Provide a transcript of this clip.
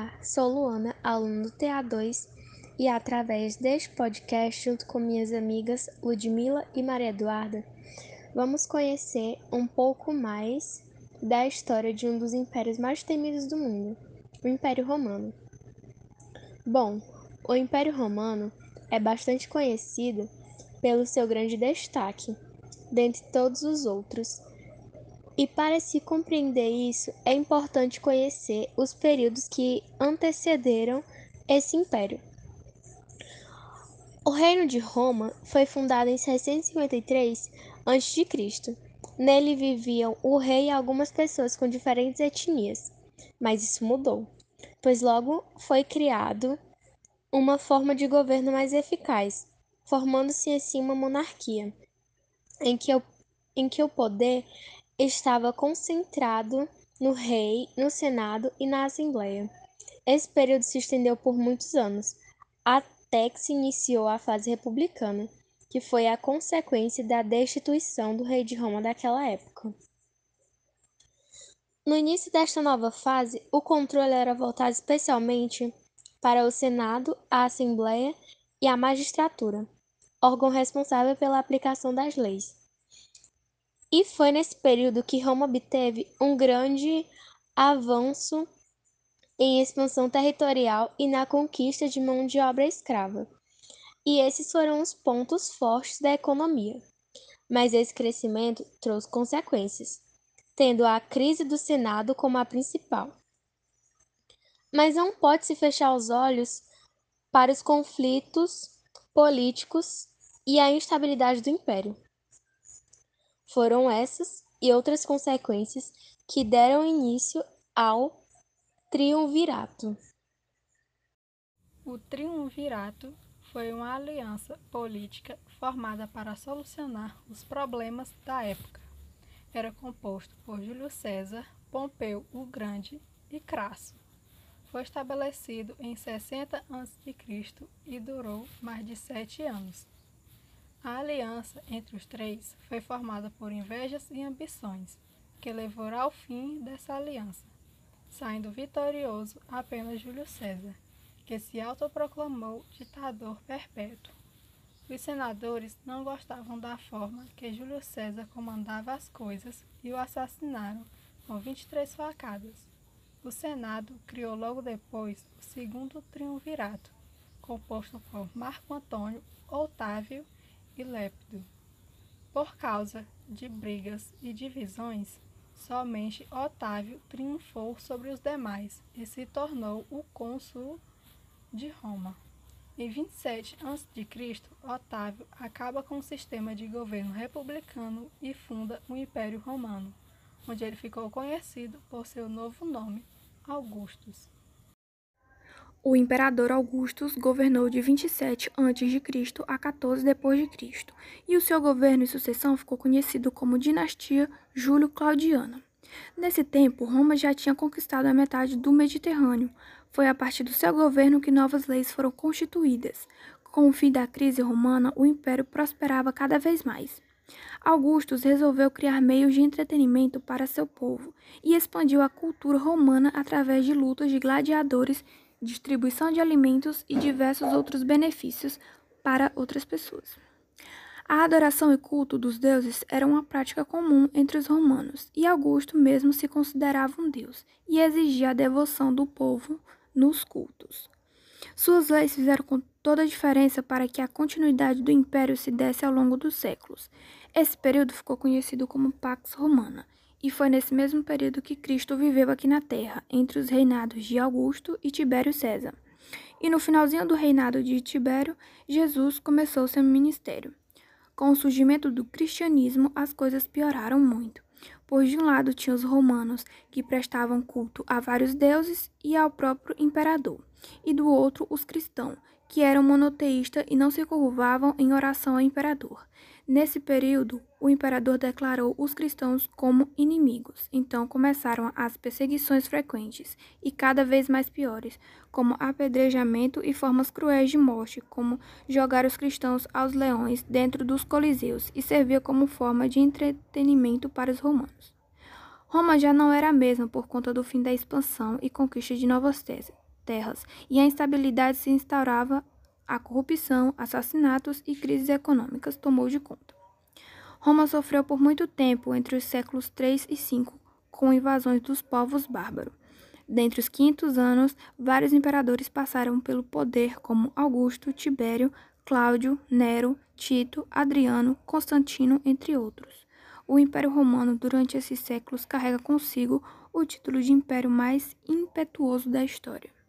Olá, sou Luana, aluna do TA2, e através deste podcast, junto com minhas amigas Ludmila e Maria Eduarda, vamos conhecer um pouco mais da história de um dos impérios mais temidos do mundo, o Império Romano. Bom, o Império Romano é bastante conhecido pelo seu grande destaque, dentre todos os outros. E para se compreender isso, é importante conhecer os períodos que antecederam esse império. O Reino de Roma foi fundado em 653 a.C. Nele viviam o rei e algumas pessoas com diferentes etnias, mas isso mudou, pois logo foi criado uma forma de governo mais eficaz, formando-se assim uma monarquia, em que o poder estava concentrado no rei, no senado e na assembleia. Esse período se estendeu por muitos anos, até que se iniciou a fase republicana, que foi a consequência da destituição do rei de Roma daquela época. No início desta nova fase, o controle era voltado especialmente para o Senado, a Assembleia e a Magistratura, órgão responsável pela aplicação das leis. E foi nesse período que Roma obteve um grande avanço em expansão territorial e na conquista de mão de obra escrava. E esses foram os pontos fortes da economia. Mas esse crescimento trouxe consequências, tendo a crise do Senado como a principal. Mas não pode-se fechar os olhos para os conflitos políticos e a instabilidade do império. Foram essas e outras consequências que deram início ao Triunvirato. O Triunvirato foi uma aliança política formada para solucionar os problemas da época. Era composto por Júlio César, Pompeu o Grande e Crasso. Foi estabelecido em 60 a.C. e durou mais de 7 anos. A aliança entre os três foi formada por invejas e ambições, que levou ao fim dessa aliança, saindo vitorioso apenas Júlio César, que se autoproclamou ditador perpétuo. Os senadores não gostavam da forma que Júlio César comandava as coisas e o assassinaram com 23 facadas. O Senado criou logo depois o segundo triunvirato, composto por Marco Antônio, Otávio e Lépido. Por causa de brigas e divisões, somente Otávio triunfou sobre os demais e se tornou o cônsul de Roma. Em 27 a.C., Otávio acaba com o sistema de governo republicano e funda o Império Romano, onde ele ficou conhecido por seu novo nome, Augustus. O imperador Augustus governou de 27 a.C. a 14 d.C., e o seu governo e sucessão ficou conhecido como Dinastia Júlio-Claudiana. Nesse tempo, Roma já tinha conquistado a metade do Mediterrâneo. Foi a partir do seu governo que novas leis foram constituídas. Com o fim da crise romana, o império prosperava cada vez mais. Augustus resolveu criar meios de entretenimento para seu povo e expandiu a cultura romana através de lutas de gladiadores, distribuição de alimentos e diversos outros benefícios para outras pessoas. A adoração e culto dos deuses era uma prática comum entre os romanos, e Augusto mesmo se considerava um deus e exigia a devoção do povo nos cultos. Suas leis fizeram com toda a diferença para que a continuidade do império se desse ao longo dos séculos. Esse período ficou conhecido como Pax Romana, e foi nesse mesmo período que Cristo viveu aqui na Terra, entre os reinados de Augusto e Tibério César. E no finalzinho do reinado de Tibério, Jesus começou seu ministério. Com o surgimento do cristianismo, as coisas pioraram muito, pois de um lado tinha os romanos, que prestavam culto a vários deuses e ao próprio imperador, e do outro os cristãos, que eram monoteístas e não se curvavam em oração ao imperador. Nesse período, o imperador declarou os cristãos como inimigos, então começaram as perseguições frequentes e cada vez mais piores, como apedrejamento e formas cruéis de morte, como jogar os cristãos aos leões dentro dos coliseus, e servia como forma de entretenimento para os romanos. Roma já não era a mesma por conta do fim da expansão e conquista de novas terras. terras, e a instabilidade se instaurava, a corrupção, assassinatos e crises econômicas tomou de conta. Roma sofreu por muito tempo entre os séculos 3 e 5 com invasões dos povos bárbaros. Dentre os 500 anos, vários imperadores passaram pelo poder como Augusto, Tibério, Cláudio, Nero, Tito, Adriano, Constantino, entre outros. O Império Romano, durante esses séculos, carrega consigo o título de império mais impetuoso da história.